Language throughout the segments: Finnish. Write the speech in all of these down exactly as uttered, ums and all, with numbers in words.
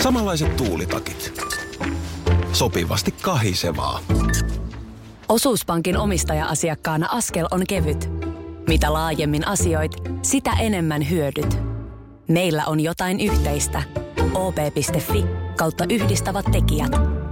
Samanlaiset tuulitakit. Sopivasti kahisevaa. Osuuspankin omistaja-asiakkaana askel on kevyt. Mitä laajemmin asioit, sitä enemmän hyödyt. Meillä on jotain yhteistä. o p piste f i kautta yhdistävät tekijät.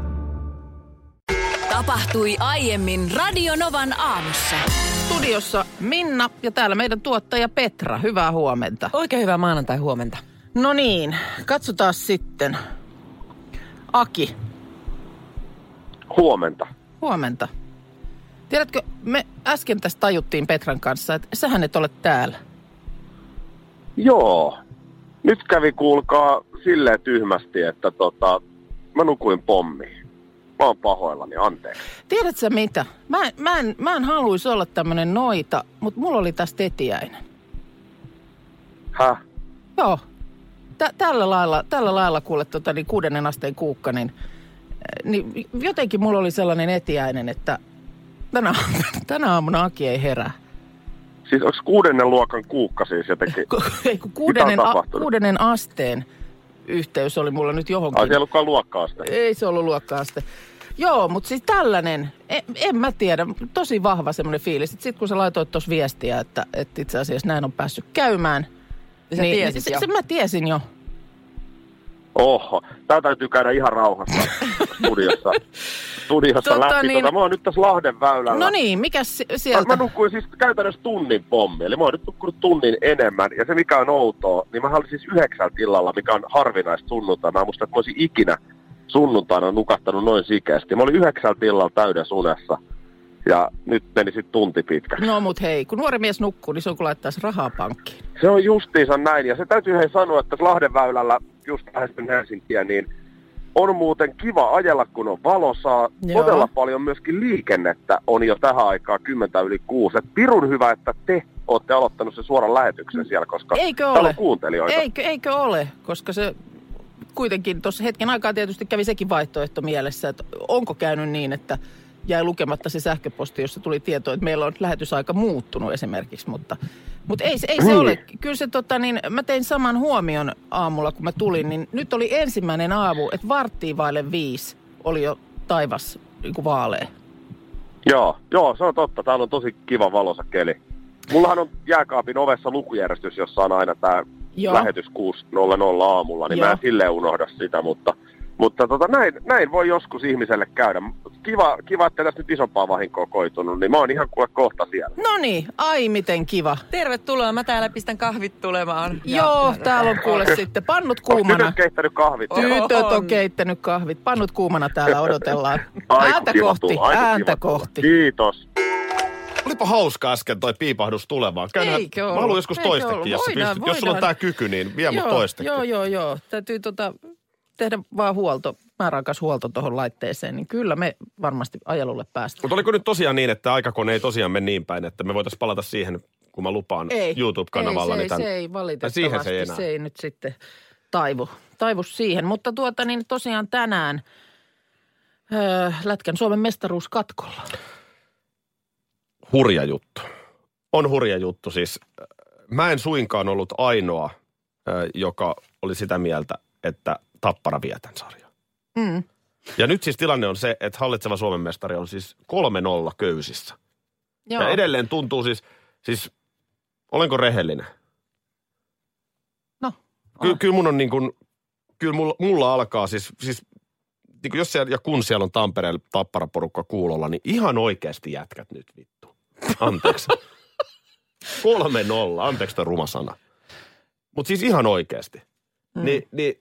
Tapahtui aiemmin Radio Novan aamussa. Studiossa Minna ja täällä meidän tuottaja Petra. Hyvää huomenta. Oikein hyvää maanantai huomenta. No niin, katsotaan sitten. Aki. Huomenta. Huomenta. Tiedätkö, me äsken tästä tajuttiin Petran kanssa, että sähän et ole täällä. Joo. Nyt kävi kuulkaa silleen tyhmästi, että tota, mä nukuin pommiin. Mä oon pahoillani, anteeksi. Tiedätkö sä mitä? Mä, mä en, mä en haluaisi olla tämmönen noita, mutta mulla oli tästä etiäinen. Häh? Joo. Tä, tällä lailla, tällä lailla kuule tota, niin kuudennen asteen kuukka, niin, niin jotenkin mulla oli sellainen etiäinen, että tänä, tänä aamuna Aki ei herää. Siis onko kuudennen luokan kuukka siis jotenkin? Ei, kun kuudennen, a, kuudennen asteen yhteys oli mulla nyt johonkin. Ai, se ei ollutkaan luokka-aste? Ei se ollut luokka-aste. Joo, mutta siis tällainen, en, en mä tiedä, tosi vahva semmoinen fiilis. Sitten kun sä laitoit tuossa viestiä, että, että itse asiassa näin on päässyt käymään. Ja sä niin, tiesit niin, jo. se, se mä tiesin jo. Oho, tää täytyy käydä ihan rauhassa studiossa, studiossa Tota läpi. niin- Tota, mä oon nyt tässä Lahden väylällä. No niin, mikäs si- sieltä? Mä, mä nukuin siis käytännössä tunnin pommi, eli mä oon nyt nukkunut tunnin enemmän. Ja se mikä on outoa, niin mä olin siis yhdeksältä illalla, mikä on harvinaista sunnuntaina. Mä muistan, että mä olisin ikinä sunnuntaina nukahtanut noin sikeästi. Mä olin yhdeksältä illalla täydessä unessa. Ja nyt meni sitten tunti pitkä. No mut hei, kun nuori mies nukkuu, niin se on kun laittaisi rahaa pankkiin. Se on justiinsa näin. Ja se täytyy hei sanoa, että Lahden väylällä, just lähestyn Helsinkiä, niin on muuten kiva ajella, kun on valosaa. Joo. Todella paljon myöskin liikennettä on jo tähän aikaan kymmentä yli kuusi. Et pirun hyvä, että te olette aloittanut sen suoran lähetyksen siellä, koska Eikö täällä ole? on kuuntelijoita. Eikö, eikö ole, koska se kuitenkin tuossa hetken aikaa tietysti kävi sekin vaihtoehto mielessä, että onko käynyt niin, että jäi lukematta se sähköposti, jossa tuli tieto, että meillä on lähetysaika muuttunut esimerkiksi, mutta, mutta ei, se- ei se Niin. ole. Kyllä se tota niin, mä tein saman huomion aamulla, kun mä tulin, niin nyt oli ensimmäinen aamu, että varttiin vaille viisi oli jo taivas niin kuin vaalea. Joo, joo, se on totta. Täällä on tosi kiva valoisa keli. Mullahan on jääkaapin ovessa lukujärjestys, jossa on aina tämä Joo. lähetys kuusi nolla nolla aamulla, niin Joo. mä en silleen unohda sitä, mutta, mutta tota, näin, näin voi joskus ihmiselle käydä. Kiva, kiva, että tässä nyt isompaa vahinkoa koitunut, niin mä oon ihan kuule kohta siellä. No niin, ai miten kiva. Tervetuloa, mä täällä pistän kahvit tulemaan. Ja- Joo, ja- täällä on kuule sitten pannut Onko kuumana. tytöt keittänyt kahvit? On. Tytöt on keittänyt kahvit. Pannut kuumana täällä odotellaan. Aiku Ääntä kiva kohti, tulla, aiku ääntä kiva tulla. kohti. Kiitos. Olipa hauska äsken toi piipahdus tulemaan. Käynhän, Eikö mä ollut? haluan joskus Eikö toistakin, ollut? jos, sä Voidaan, pystyt, jos sulla on voidaan. tää kyky, niin vie mut Joo, toistakin. Joo, joo, joo. Täytyy tota, tehdä vaan huolto, määräaikas huolto tuohon laitteeseen, niin kyllä me varmasti ajelulle päästään. Mutta oliko nyt tosiaan niin, että aikakone ei tosiaan mene niin päin, että me voitaisiin palata siihen, kun mä lupaan Ei, YouTube-kanavalla. ei, niin se, tän... ei, se ei valitettavasti, siihen se ei enää. se ei nyt sitten taivu, taivu siihen. Mutta tuota niin tosiaan tänään öö, Lätkän Suomen mestaruus katkolla. Hurja juttu. On hurja juttu. Siis äh, mä en suinkaan ollut ainoa, äh, joka oli sitä mieltä, että Tappara vie tämän sarjan. Mm. Ja nyt siis tilanne on se, että hallitseva Suomen mestari on siis kolme nolla köysissä. Joo. Ja edelleen tuntuu siis, siis olenko rehellinen? No, Ky, ole. kyllä mun on niin kuin, kyllä mulla, mulla alkaa siis, siis niin kuin jos siellä, ja kun siellä on Tampereella Tappara-porukka kuulolla, niin ihan oikeasti jätkät nyt vittu. Anteeksi. kolme nolla, anteeksi toi ruma sana. Mutta siis ihan oikeasti. Mm. Ni, niin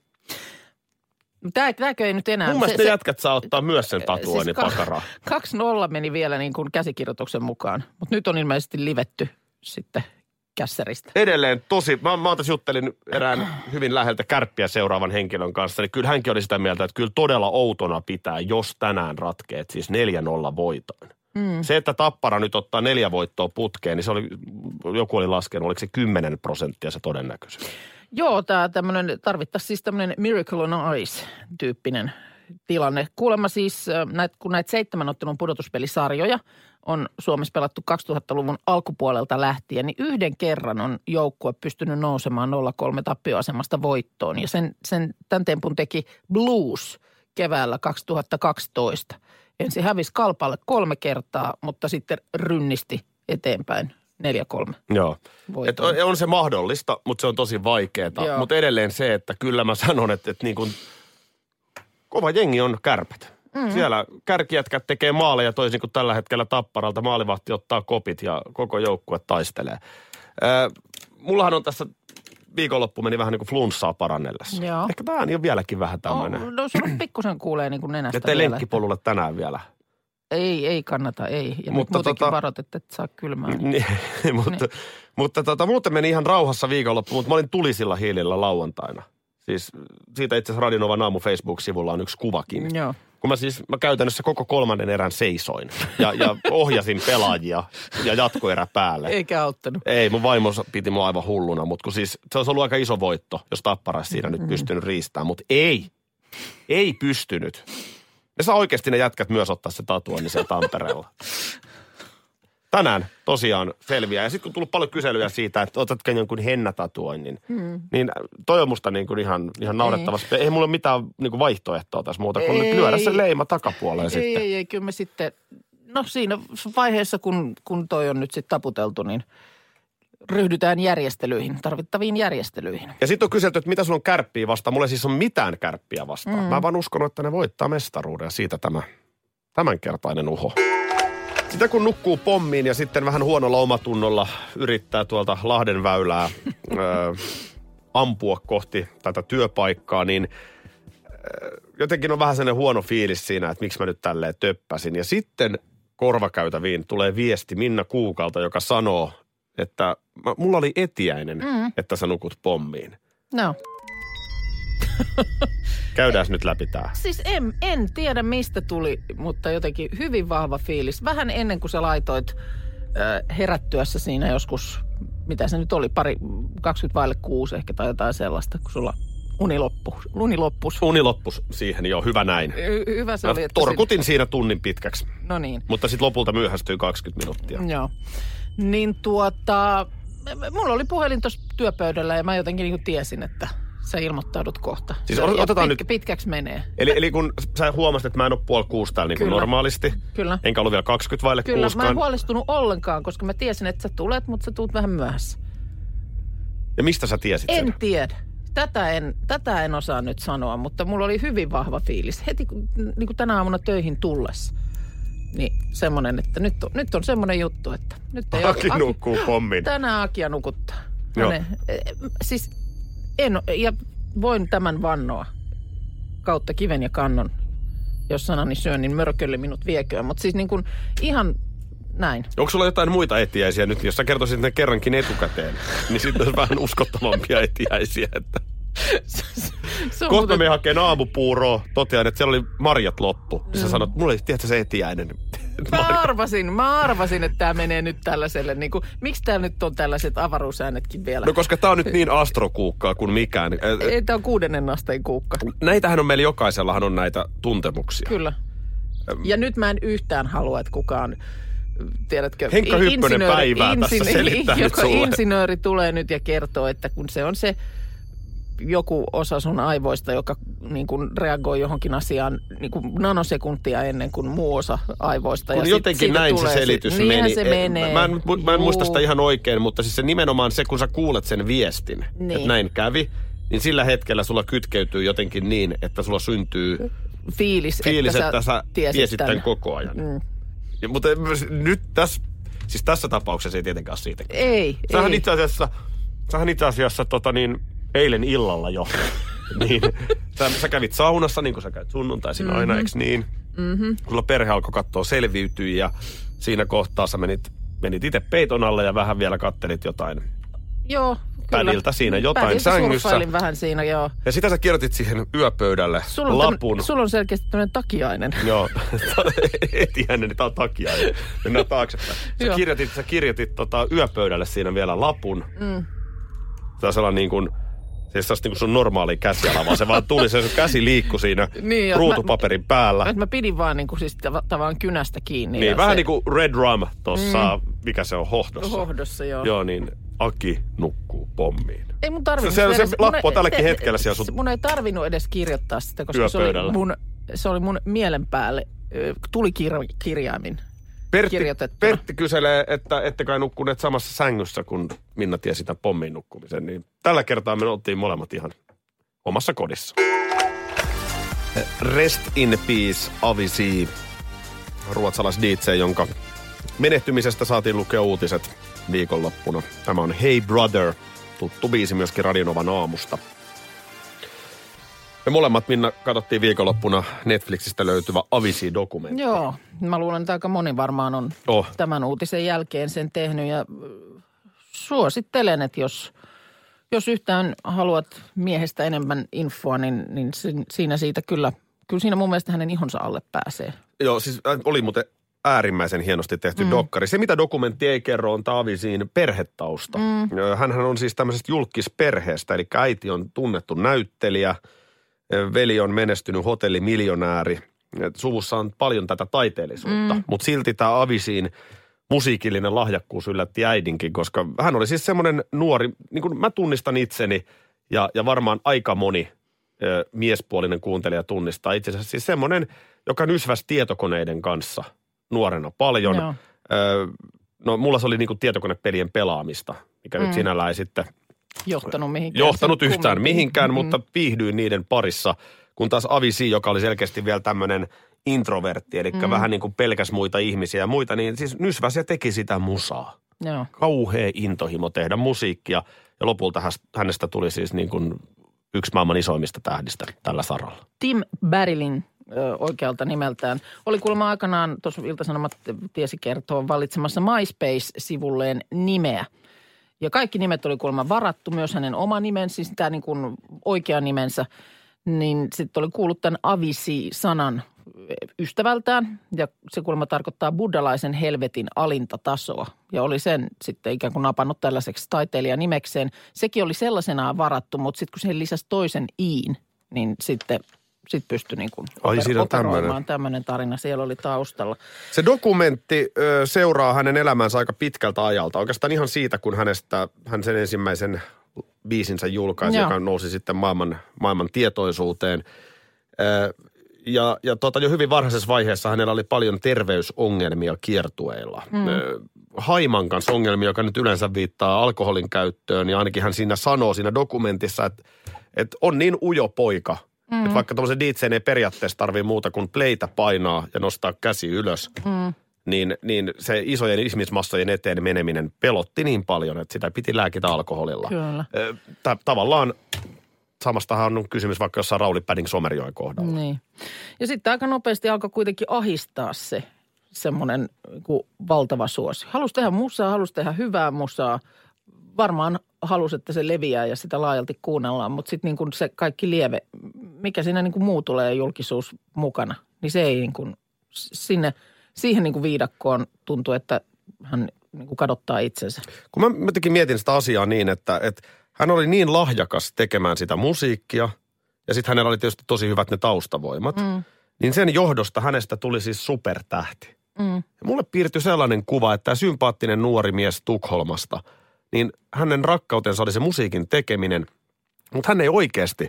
Tää, tääkö ei nyt enää... mun mielestä ne jätkät saa ottaa myös sen tatuoinnin siis ka- pakaraa. kaksi nolla meni vielä niin kuin käsikirjoituksen mukaan, mutta nyt on ilmeisesti livetty sitten kässäristä. Edelleen tosi, mä, mä tässä juttelin erään hyvin läheltä Kärppiä seuraavan henkilön kanssa, niin kyllä hänkin oli sitä mieltä, että kyllä todella outona pitää, jos tänään ratkeet, siis neljä nolla voitoin. Mm. Se, että Tappara nyt ottaa neljä voittoa putkeen, niin se oli, joku oli laskenut, oliko se kymmenen prosenttia se todennäköisyys? Joo, tämä tämmöinen, tarvittaisiin siis tämmöinen Miracle on Ice-tyyppinen tilanne. Kuulemma siis, näit, kun näitä seitsemän ottelun pudotuspelisarjoja on Suomessa pelattu kaksituhattaluvun alkupuolelta lähtien, niin yhden kerran on joukkue pystynyt nousemaan nolla kolme tappioasemasta voittoon. Ja sen, sen, tämän tempun teki Blues keväällä kaksituhattakaksitoista. Ensin hävisi Kalpalle kolme kertaa, mutta sitten rynnisti eteenpäin neljä kolme. Joo. Et on se mahdollista, mutta se on tosi vaikeaa. Mutta edelleen se, että kyllä mä sanon, että, että niin kuin kova jengi on Kärpät. Mm-hmm. Siellä kärkijätkät tekee maaleja toisin kuin tällä hetkellä Tapparalta. Maalivahti ottaa kopit ja koko joukkue taistelee. Äh, mullahan on tässä viikonloppu meni vähän niin kuin flunssaa parannellessa. Joo. Ehkä tämä on vieläkin vähän tämmöinen. Oh, no sulla pikkusen kuulee niin kuin nenästä. Ettei lenkkipolulle tänään vielä. Ei, ei kannata, ei. Ja mutta muutenkin tota, varot, että et saa kylmää. Niin. Niin, mutta niin. mutta tota, muuten meni ihan rauhassa viikonloppu, mutta mä olin tulisilla hiilillä lauantaina. Siis siitä itse asiassa Radio Novan aamu Facebook-sivulla on yksi kuvakin. Joo. Kun mä siis, mä käytännössä koko kolmannen erän seisoin ja, ja ohjasin pelaajia ja jatkoerä päälle. Eikä auttanut. Ei, mun vaimo piti mua aivan hulluna, mutta kun siis se olisi ollut aika iso voitto, jos Tappara siinä mm-hmm. nyt pystynyt riistämään. Mutta ei, ei pystynyt. Ne saa oikeasti ne jätkät myös ottaa se tatuoinnin siellä Tampereella. Tänään tosiaan selviää. Ja sitten kun on tullut paljon kyselyjä siitä, että otatko jonkun hennatatuoinnin, mm. niin toi on musta niin kuin ihan, ihan naurettavasti. Ei, ei mulla ole mitään niin kuin vaihtoehtoa tässä muuta kuin ei, lyödä se leima takapuoleen ei, sitten. Ei, ei, ei, kyllä me sitten, no siinä vaiheessa kun, kun toi on nyt sitten taputeltu, niin ryhdytään järjestelyihin, tarvittaviin järjestelyihin. Ja sitten on kyselty, että mitä sulla on Kärppiä vastaan. Mulla ei siis ole mitään Kärppiä vastaan. Mm. Mä vaan uskonut, että ne voittaa mestaruuden ja siitä tämä tämänkertainen uho. Sitä kun nukkuu pommiin ja sitten vähän huonolla omatunnolla yrittää tuolta Lahden väylää ö, ampua kohti tätä työpaikkaa, niin ö, jotenkin on vähän sellainen huono fiilis siinä, että miksi mä nyt tälleen töppäsin. Ja sitten korvakäytäviin tulee viesti Minna Kuukalta, joka sanoo, että mä, mulla oli etiäinen, mm. että sä nukut pommiin. No. Käydään nyt läpi tää. Siis en, en tiedä mistä tuli, mutta jotenkin hyvin vahva fiilis. Vähän ennen kuin sä laitoit äh, herättyessä siinä joskus, mitä se nyt oli, pari, kaksikymmentä vaille kuusi ehkä tai jotain sellaista, kun sulla uni loppu. Uni loppus. Uni loppus siihen, joo, hyvä näin. Y- hyvä se mä oli. Että torkutin sit siinä tunnin pitkäksi. No niin. Mutta sitten lopulta myöhästyi kaksikymmentä minuuttia. Joo. Niin tuota, mulla oli puhelin tuossa työpöydällä ja mä jotenkin niin kuin tiesin, että sä ilmoittaudut kohta. Siis otetaan pitkä, nyt. Pitkäksi menee. Eli, eli kun sä huomasit, että mä en ole puoli kuusi täällä niin kuin normaalisti. Kyllä. Enkä ollut vielä kaksikymmentä vaille Kyllä, kuuskaan. mä en huolestunut ollenkaan, koska mä tiesin, että sä tulet, mutta sä tulet vähän myöhässä. Ja mistä sä tiesit En sen? tiedä. Tätä en, tätä en osaa nyt sanoa, mutta mulla oli hyvin vahva fiilis. Heti niin kuin tänä aamuna töihin tullessa. Niin semmoinen, että nyt on, nyt on semmoinen juttu, että nyt ei Aki ole, nukkuu pommin. Tänään Akia nukuttaa. Joo. Hänen, siis en, ja voin tämän vannoa kautta kiven ja kannon, jos sanani syön, niin mörkölle minut vieköön. Mutta siis niin kuin ihan näin. Onko sulla jotain muita etiäisiä nyt? Jos sä kertoisit ne kerrankin etukäteen, niin sitten olisi vähän uskottavampia etiäisiä, että kohta muuten me hakeen aamupuuroa, totean, että siellä oli marjat loppu. Ja sä sanot, mulla ei tiedä se etiäinen. Mä arvasin, mä arvasin, että tää menee nyt tällaiselle, niin kuin, miksi täällä nyt on tällaiset avaruusäänetkin vielä? No koska tää on nyt niin astrokuukkaa kuin mikään. Ei, tää on kuudennen asteen kuukka. Näitähän on meillä jokaisellahan on näitä tuntemuksia. Kyllä. Ja nyt mä en yhtään halua, että kukaan, tiedätkö, Henkka Hyppönen päivää tässä selittää nyt sulle. Insinööri tulee nyt ja kertoo, että kun se on se joku osa sun aivoista, joka niin kuin reagoi johonkin asiaan niin kuin nanosekuntia ennen kuin muu osa aivoista. Kun ja jotenkin sit, näin se se selitys sit, meni. Se menee. Mä en, mä en muista sitä ihan oikein, mutta siis se nimenomaan se, kun sä kuulet sen viestin, niin. että näin kävi, niin sillä hetkellä sulla kytkeytyy jotenkin niin, että sulla syntyy fiilis, fiilis että, että sä tiesit, tiesit tämän koko ajan. Mm. Ja, mutta nyt tässä, siis tässä tapauksessa ei tietenkään ole siitä. Ei, sähän ei. Itse asiassa, sähän itse asiassa tota niin, eilen illalla jo, niin sä, sä kävit saunassa, niin kuin sä käyt sunnuntaisin mm-hmm. aina, eikö niin? Mm-hmm. Sulla perhe alkoi katsoa selviytyä ja siinä kohtaa sä menit, menit itse peiton alle ja vähän vielä kattelit jotain. Joo, kyllä. Pädiltä siinä jotain Pädiltä sängyssä. surffailin vähän siinä, joo. Ja sitä sä kirjoitit siihen yöpöydälle sulla on lapun. Tämän, sulla on selkeästi tämmöinen takiainen. Joo, etiäinen, niin tää on takiainen. Mennään taaksepäin. Sä kirjoitit, sä kirjoitit tota yöpöydälle siinä vielä lapun. Mm. Se on sellainen niin kuin, Se ei saa niin kuin sun normaali käsiala, vaan se vaan tuli, se sun käsi liikkui siinä niin, ruutupaperin mä, päällä. Mä pidin vaan niin kuin siis tavallaan kynästä kiinni. Niin, vähän se... niin kuin Red Rum tuossa, mm. mikä se on, Hohdossa. Hohdossa, joo. Joo, niin Aki nukkuu pommiin. Ei mun tarvinnut. Se, se, se lappu on tälläkin se, hetkellä siellä sun mun ei tarvinnut edes kirjoittaa sitä, koska se oli, mun, se oli mun mielen päälle, tuli kir- kirjaimin. Pertti, Pertti kyselee, että ette kai nukkuneet samassa sängyssä, kun Minna tiesi sitä pommin nukkumisen. Niin tällä kertaa me oltiin molemmat ihan omassa kodissa. Rest in peace, Avicii, ruotsalais D J, jonka menehtymisestä saatiin lukea uutiset viikonloppuna. Tämä on Hey Brother, tuttu biisi myöskin Radio Novan aamusta. Me molemmat, Minna, katsottiin viikonloppuna Netflixistä löytyvä Avicii-dokumentti. Joo, mä luulen, että aika moni varmaan on oh. tämän uutisen jälkeen sen tehnyt. Ja suosittelen, että jos, jos yhtään haluat miehestä enemmän infoa, niin, niin siinä siitä kyllä, kyllä siinä mun mielestä hänen ihonsa alle pääsee. Joo, siis oli muuten äärimmäisen hienosti tehty mm. dokkari. Se, mitä dokumentti ei kerro, on Aviciin perhetausta. Mm. Hänhän on siis tämmöisestä julkisperheestä, eli äiti on tunnettu näyttelijä. Veli on menestynyt hotellimiljonääri. Suvussa on paljon tätä taiteellisuutta, mm. mutta silti tämä Aviciin musiikillinen lahjakkuus yllätti äidinkin, koska hän oli siis semmoinen nuori, niin kuin mä tunnistan itseni ja, ja varmaan aika moni ö, miespuolinen kuuntelija tunnistaa itse asiassa siis semmoinen, joka nysväsi tietokoneiden kanssa nuorena paljon. Ö, no mulla se oli niin kuin tietokonepelien pelaamista, mikä mm. nyt sinällään ei sitten johtanut mihinkään. Johtanut yhtään mihinkään, mm-hmm. mutta viihdyin niiden parissa, kun taas Avicii, joka oli selkeästi vielä tämmöinen introvertti, eli mm. vähän niin kuin pelkäs muita ihmisiä ja muita, niin siis nysväs ja teki sitä musaa. Joo. Kauhea intohimo tehdä musiikkia ja lopulta hänestä tuli siis niin kuin yksi maailman isoimmista tähdistä tällä saralla. Tim Barrelin oikealta nimeltään. Oli kuulemma aikanaan, tuossa Ilta-Sanomat tiesi kertoa, valitsemassa MySpace-sivulleen nimeä. Ja kaikki nimet oli kuulemma varattu, myös hänen oma nimensä, siis tämä niin kuin oikea nimensä, niin sitten oli kuullut tämän Avicii-sanan ystävältään, ja se kuulemma tarkoittaa buddhalaisen helvetin alinta tasoa. Ja oli sen sitten ikään kuin napannut tällaiseksi taiteilijanimekseen. Sekin oli sellaisenaan varattu, mutta sitten kun siihen lisäsi toisen iin, niin sitten sit pystyi niin kuin Ai, siinä on operoimaan tämmöinen tarina. Siellä oli taustalla. Se dokumentti ö, seuraa hänen elämänsä aika pitkältä ajalta. Oikeastaan ihan siitä, kun hänestä, hän sen ensimmäisen biisinsä julkaisi, Joo. joka nousi sitten maailman, maailman tietoisuuteen. Ö, ja ja tota, jo hyvin varhaisessa vaiheessa hänellä oli paljon terveysongelmia kiertueilla. Mm. Ö, haiman kanssa ongelmia, joka nyt yleensä viittaa alkoholin käyttöön. Ja ainakin hän siinä sanoo siinä dokumentissa, että, että on niin ujo poika, Mm. Että vaikka tuollaisen D J:n ei periaatteessa tarvii muuta kuin playtä painaa ja nostaa käsi ylös, mm. niin, niin se isojen ihmismassojen eteen meneminen pelotti niin paljon, että sitä piti lääkitä alkoholilla. Kyllä. T- tavallaan samastahan on kysymys vaikka jossain Rauli Padding Somerjoen kohdalla. Niin. Ja sitten aika nopeasti alkoi kuitenkin ahistaa se semmoinen valtava suosi. Halusi tehdä musaa, halusi tehdä hyvää musaa. Varmaan halusi, että se leviää ja sitä laajalti kuunnellaan, mutta sitten niin kuin se kaikki lieve, mikä siinä niin kuin muu tulee julkisuus mukana, niin se ei niin kuin sinne, siihen niin kuin viidakkoon tuntuu, että hän niin kuin kadottaa itsensä. Kun mä, mä tekin mietin sitä asiaa niin, että, että hän oli niin lahjakas tekemään sitä musiikkia ja sitten hänellä oli tietysti tosi hyvät ne taustavoimat, mm. niin sen johdosta hänestä tuli siis supertähti. Mm. Ja mulle piirtyi sellainen kuva, että tämä sympaattinen nuori mies Tukholmasta – niin hänen rakkautensa oli se musiikin tekeminen, mutta hän ei oikeasti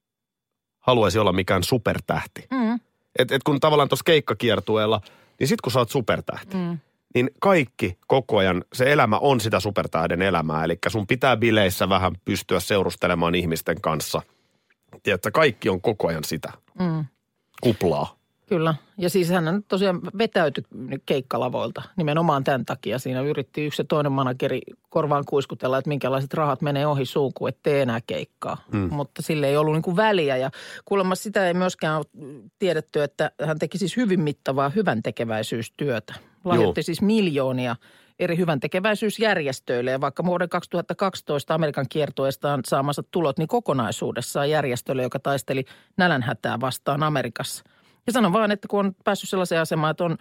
haluaisi olla mikään supertähti. Mm. Et, et kun tavallaan tuossa keikkakiertueella, niin sit kun sä oot supertähti, mm. niin kaikki koko ajan, se elämä on sitä supertähden elämää. Eli sun pitää bileissä vähän pystyä seurustelemaan ihmisten kanssa. Tiedätkö, kaikki on koko ajan sitä mm. kuplaa. Kyllä. Ja siis hän tosiaan vetäytyi keikkalavoilta nimenomaan tämän takia. Siinä yritti yksi ja toinen manageri korvaan kuiskutella, että minkälaiset rahat menee ohi suukuun, että tee enää keikkaa. Mm. Mutta sille ei ollut niin kuin väliä. Ja kuulemma sitä ei myöskään ole tiedetty, että hän teki siis hyvin mittavaa hyvän tekeväisyystyötä. Lahjoitti siis miljoonia eri hyvän tekeväisyysjärjestöille. Ja vaikka vuoden kaksituhattakaksitoista Amerikan kiertueestaan saamansa tulot, niin kokonaisuudessaan järjestölle, joka taisteli nälänhätää vastaan Amerikassa. Ja sanon vaan, että kun on päässyt sellaiseen asemaan, että on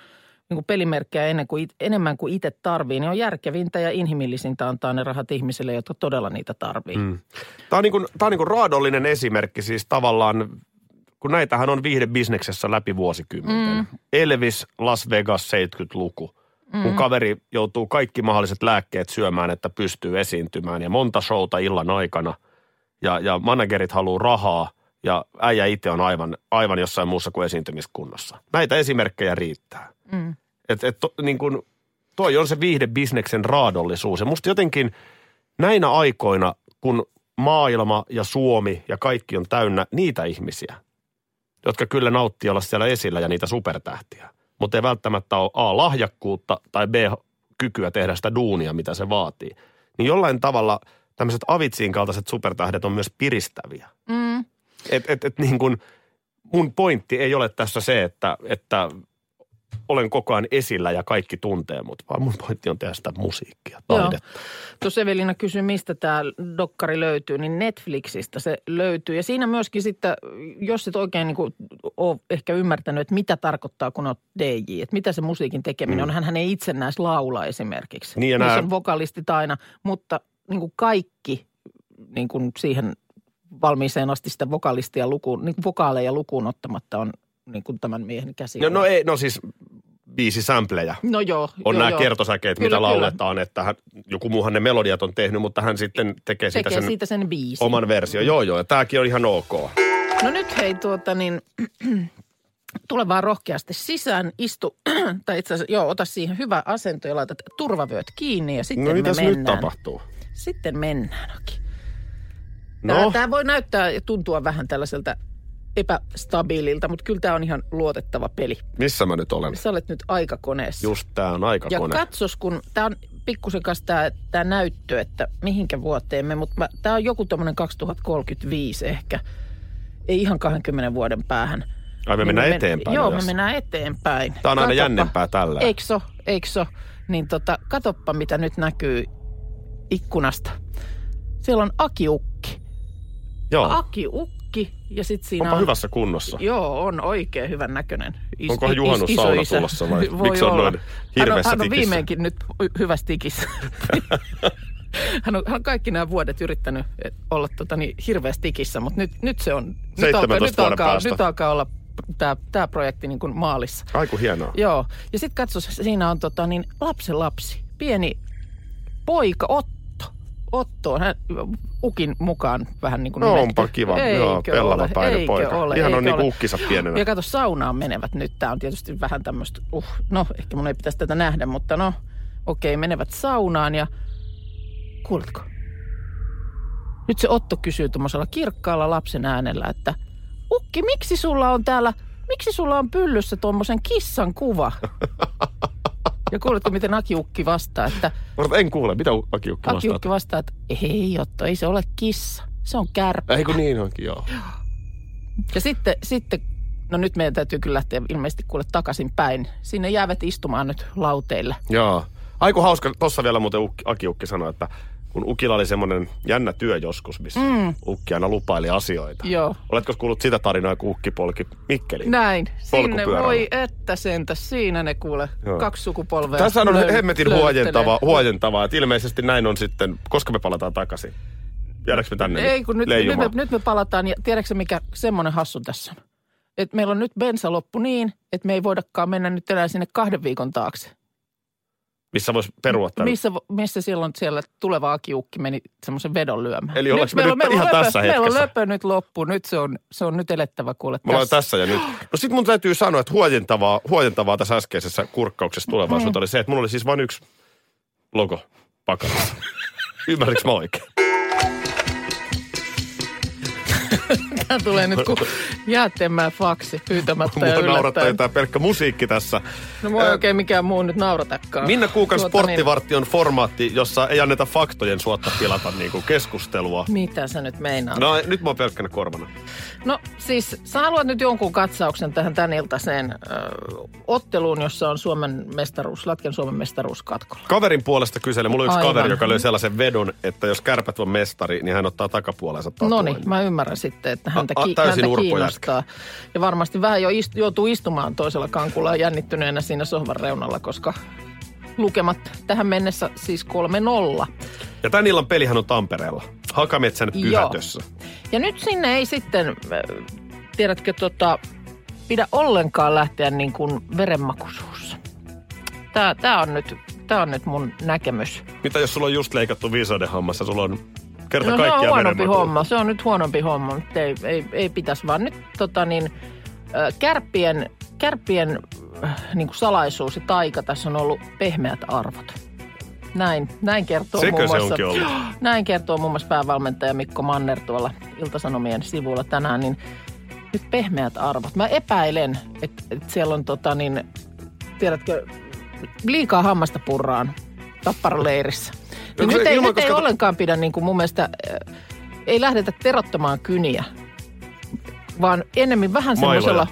niin kuin pelimerkkejä ennen kuin, enemmän kuin itse tarvii, niin on järkevintä ja inhimillisintä antaa ne rahat ihmisille, jotka todella niitä tarvii. Mm. Tämä on, niin kuin, tämä on niin kuin raadollinen esimerkki siis tavallaan, kun näitähän on viihdebisneksessä läpi vuosikymmenten. Mm. Elvis, Las Vegas, seitsemänkymmentäluku. Mm. Kun kaveri joutuu kaikki mahdolliset lääkkeet syömään, että pystyy esiintymään ja monta showta illan aikana. Ja, ja managerit haluaa rahaa ja äijä itse on aivan, aivan jossain muussa kuin esiintymiskunnossa. Näitä esimerkkejä riittää. Mm. Et, et to, niin kun, toi on se viihdebisneksen raadollisuus. Ja musta jotenkin näinä aikoina, kun maailma ja Suomi ja kaikki on täynnä niitä ihmisiä, jotka kyllä nauttii olla siellä esillä ja niitä supertähtiä, mutta ei välttämättä ole A, lahjakkuutta tai B, kykyä tehdä sitä duunia, mitä se vaatii. Niin jollain tavalla tämmöiset Avitsiin kaltaiset supertähdet on myös piristäviä. Mm. Et, et, et niin kuin mun pointti ei ole tässä se, että, että olen koko ajan esillä ja kaikki tuntee mut, vaan mun pointti on tehdä sitä musiikkia, taidetta. Tuossa Evelina kysyi, mistä tämä dokkari löytyy, niin Netflixistä se löytyy. Ja siinä myöskin sitten, jos et oikein niin kuin ole ehkä ymmärtänyt, että mitä tarkoittaa, kun olet D J, että mitä se musiikin tekeminen mm. on. Hän ei itse näissä laula esimerkiksi. Niin Niissä on vokalistit aina, mutta niin kuin kaikki niin kuin siihen valmiiseen asti sitä vokalistia lukuun, niin kuin vokaaleja lukuun ottamatta on niin kuin tämän miehen käsi. No, no ei, no siis biisi samplejä. No joo. On joo, nämä joo. kertosäkeet, kyllä, mitä kyllä. lauletaan, että hän, joku muuhan ne melodiat on tehnyt, mutta hän sitten tekee, tekee siitä, sen siitä sen biisin. Oman version. Joo, joo, ja tämäkin on ihan ok. No nyt hei tuota niin, tule vaan rohkeasti sisään, istu, tai itse asiassa, joo, ota siihen hyvä asento ja laitat turvavyöt kiinni ja sitten no, me mennään. No mitäs nyt tapahtuu? Sitten mennään, Aki. No. Tämä voi näyttää ja tuntua vähän tällaiselta epästabiililta, mutta kyllä tämä on ihan luotettava peli. Missä mä nyt olen? Sä olet nyt aikakoneessa. Just tää on aikakone. Ja katsos, kun tämä on pikkusen kanssa tämä, tämä näyttö, että mihinkä vuoteen me, mutta tämä on joku tommoinen kaksituhattakolmekymmentäviisi ehkä. Ei ihan kahdenkymmenen vuoden päähän. Ai me niin mennään me eteenpäin. Joo, jos. me mennään eteenpäin. Tämä on aina katoppa, jännempää tällä. Eikö so, eikö so? Niin tota, katoppa mitä nyt näkyy ikkunasta. Siellä on Aki-ukki. Joo. Aki-ukki ja sitten siinä Onpa on... hyvässä kunnossa. Joo, on oikein hyvän näköinen. Is, Onkohan juhannussauna tulossa vai? Voi miksi on olla. noin hirveässä hän on, hän on tikissä? viimeinkin nyt hyvässä tikissä. hän, on, hän on kaikki nämä vuodet yrittänyt olla tota, niin, hirveässä tikissä, mutta nyt, nyt se on... Nyt alkaa, nyt alkaa, nyt alkaa olla tämä, tämä projekti niin kuin maalissa. Aiku hienoa. Joo. Ja sitten katso, siinä on tota, niin, lapsen lapsi. Pieni poika Otto. Otto on hän ukin mukaan vähän niin kuin... No onpa kiva. Joo, pellava päinen poika. Ole, ihan on niin ole. kuin ukkisa pienenä. Ja kato, saunaan menevät nyt. Tämä on tietysti vähän tämmöistä, uh, no ehkä mun ei pitäisi tätä nähdä, mutta no okei, okay, menevät saunaan ja kuuletko? Nyt se Otto kysyy tuommoisella kirkkaalla lapsen äänellä, että ukki, miksi sulla on täällä, miksi sulla on pyllyssä tuommoisen kissan kuva? Ja kuuletko, miten Aki-ukki vastaa, että... En kuule, mitä Aki-ukki vastaa? Aki-ukki vastaa, että ei Otto, ei se ole kissa, se on kärppä. Eikö niin onkin, joo. Ja sitten, sitten, no nyt meidän täytyy kyllä lähteä ilmeisesti kuule takaisin päin. Sinne jäävät istumaan nyt lauteille. Joo. Aiku hauska, tossa vielä muuten ukki, Aki-ukki sanoi, että kun ukilla oli semmoinen jännä työ joskus, missä mm. ukki aina lupaili asioita. Joo. Oletko kuullut sitä tarinaa, kun ukki polki Mikkeliin? Näin. Sinne voi että sentäs. Siinä ne kuule. Joo. Kaksi sukupolvea. Tässä on löy- hemmetin huojentavaa, huojentavaa, että ilmeisesti näin on sitten, koska me palataan takaisin. Jäädäänkö me tänne Ei, kun nyt, nyt, me, nyt me palataan ja tiedätkö mikä semmoinen hassu tässä on? Että meillä on nyt bensa loppu niin, että me ei voidakaan mennä nyt enää sinne kahden viikon taakse. Missä voisi perua tämän? Missä, missä silloin siellä tuleva Aki-ukki meni semmoisen vedon lyömään. Eli ollaanko me nyt meillä ihan löpö, tässä hetkessä? Meillä on löpö nyt loppu. Nyt se on, se on nyt elettävä kuule tässä. Me ollaan tässä ja nyt. No sit mun täytyy sanoa, että huojentavaa, huojentavaa tässä äskeisessä kurkkauksessa tulevaisuutta mm. oli se, että mulla oli siis vain yksi logo pakarassa. Ymmärrätkö mä oikein? Tämä tulee nyt kuin jäättemään faksi pyytämättä ja yllättäen. Naurattaa tämä pelkkä musiikki tässä. No mua ei oikein mikään muu nyt nauratakaan. Minna Kuukan tuota sporttivartti on formaatti, jossa ei anneta faktojen suotta pilata niinku keskustelua. Mitä sä nyt meinaat? No nyt mä oon pelkkänä korvana. No siis sä haluat nyt jonkun katsauksen tähän tän iltaiseen ö, otteluun, jossa on Suomen mestaruus, Latken Suomen mestaruus katkolla. Kaverin puolesta kyseli. Mulla on yksi Aivan. kaveri, joka löi sellaisen vedon, että jos Kärpät on mestari, niin hän ottaa takapuolensa tatuoinnin. Noniin, mä ymmärrän sitten. sitten, että häntä, A, a, ki- täysin häntä urpo kiinnostaa. Ja varmasti vähän jo ist- joutuu istumaan toisella kankulla jännittyneenä siinä sohvan reunalla, koska lukemat tähän mennessä siis kolme nolla. Ja tämän illan pelihän on Tampereella. Hakametsän Pyhätössä. Joo. Ja nyt sinne ei sitten, tiedätkö, tota, pidä ollenkaan lähteä niin kuin verenmakuisuussa. Tää, tää, on nyt, tää on nyt mun näkemys. Mitä jos sulla on just leikattu viisauden hammassa, sulla on kerta no, se kaikkiaan on huonompi verenmakua. homma, se on nyt huonompi homma, mutta ei, ei, ei pitäisi vaan nyt tota niin, kärppien, kärppien niin kuin salaisuus ja taika tässä on ollut pehmeät arvot. Näin, näin kertoo Sekö muun se muassa, onkin ollut? Näin kertoo muun muassa päävalmentaja Mikko Manner tuolla Ilta-Sanomien sivuilla tänään, niin nyt pehmeät arvot. Mä epäilen, että, että siellä on tota niin, tiedätkö, liikaa hammasta purraan Tappara-leirissä. Niin nyt ei, nyt ei ollenkaan pidä niin kuin mun mielestä, äh, ei lähdetä terottamaan kyniä, vaan ennemmin vähän semmoisella,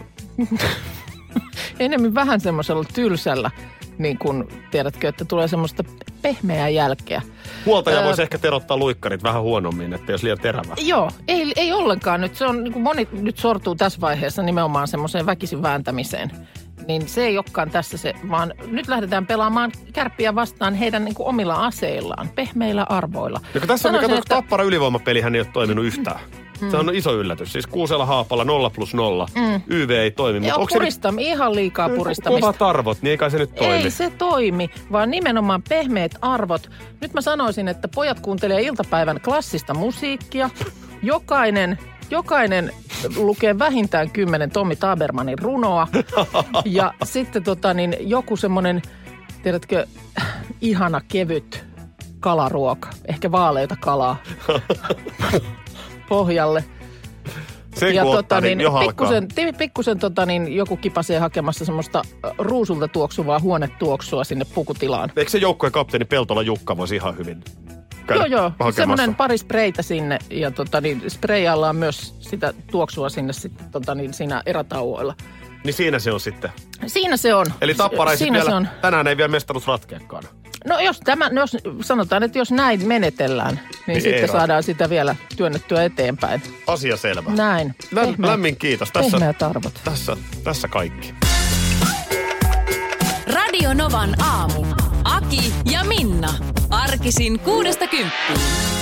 ennemmin vähän semmoisella tylsällä, niin kuin tiedätkö, että tulee semmoista pehmeää jälkeä. Huoltaja Öö, voisi ehkä terottaa luikkarit vähän huonommin, että jos liian terävä. Joo, ei, ei ollenkaan nyt. Se on, niin kuin moni nyt sortuu tässä vaiheessa nimenomaan semmoiseen väkisin vääntämiseen. Niin se ei olekaan tässä se, vaan nyt lähdetään pelaamaan Kärppiä vastaan heidän niin kuin omilla aseillaan, pehmeillä arvoilla. Ja tässä on mikä että... Tappara ylivoimapelihän ei ole toiminut yhtään. Mm. Se on iso yllätys. Siis Kuusela Haapala nolla plus nolla. Mm. Y V ei toimi. Joo, puristam, nyt... ihan liikaa puristamista. Kovat arvot, niin ei kai se nyt toimi. Ei se toimi, vaan nimenomaan pehmeät arvot. Nyt mä sanoisin, että pojat kuuntelee iltapäivän klassista musiikkia. Jokainen... Jokainen lukee vähintään kymmenen Tommi Tabermanin runoa ja sitten tota niin, joku semmoinen, tiedätkö, ihana kevyt kalaruoka, ehkä vaaleita kalaa pohjalle. Sen ja ottaa, tota, niin niin, pikkusen, pikkusen tota, niin, joku kipasee hakemassa semmoista ruusulta tuoksuvaa huonetuoksua sinne pukutilaan. Eikö se joukkueen kapteeni Peltola Jukka voisi ihan hyvin Joo, joo. Semmoinen pari spreitä sinne ja tota, niin, spreijalla on myös sitä tuoksua sinne sitten, tota, niin, siinä erätauoilla. Niin siinä se on sitten. Siinä se on. Eli Tappara ei vielä, on. tänään ei vielä mestaruus ratkeakaan. No jos, tämä, jos sanotaan, että jos näin menetellään, niin, niin sitten saadaan sitä vielä työnnettyä eteenpäin. Asia selvä. Näin. Lä, lämmin kiitos. Tässä, pehmeät arvot. Tässä, tässä kaikki. Radio Novan aamu. Aki ja Minna. Arkisin kuudesta kymppiin.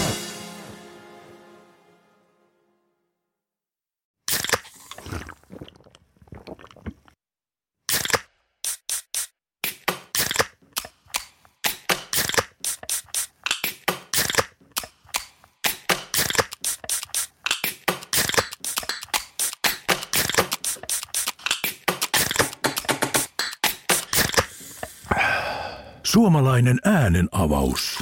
Suomalainen äänen avaus.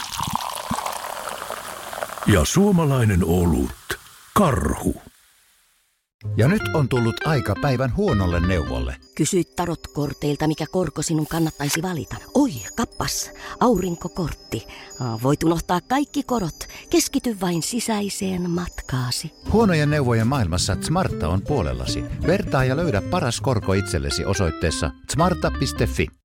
Ja suomalainen olut. Karhu. Ja nyt on tullut aika päivän huonolle neuvolle. Kysy tarotkorteilta, mikä korko sinun kannattaisi valita. Oi, kappas, aurinkokortti. Voit unohtaa kaikki korot. Keskity vain sisäiseen matkaasi. Huonojen neuvojen maailmassa Smarta on puolellasi. Vertaa ja löydä paras korko itsellesi osoitteessa smarta piste fi.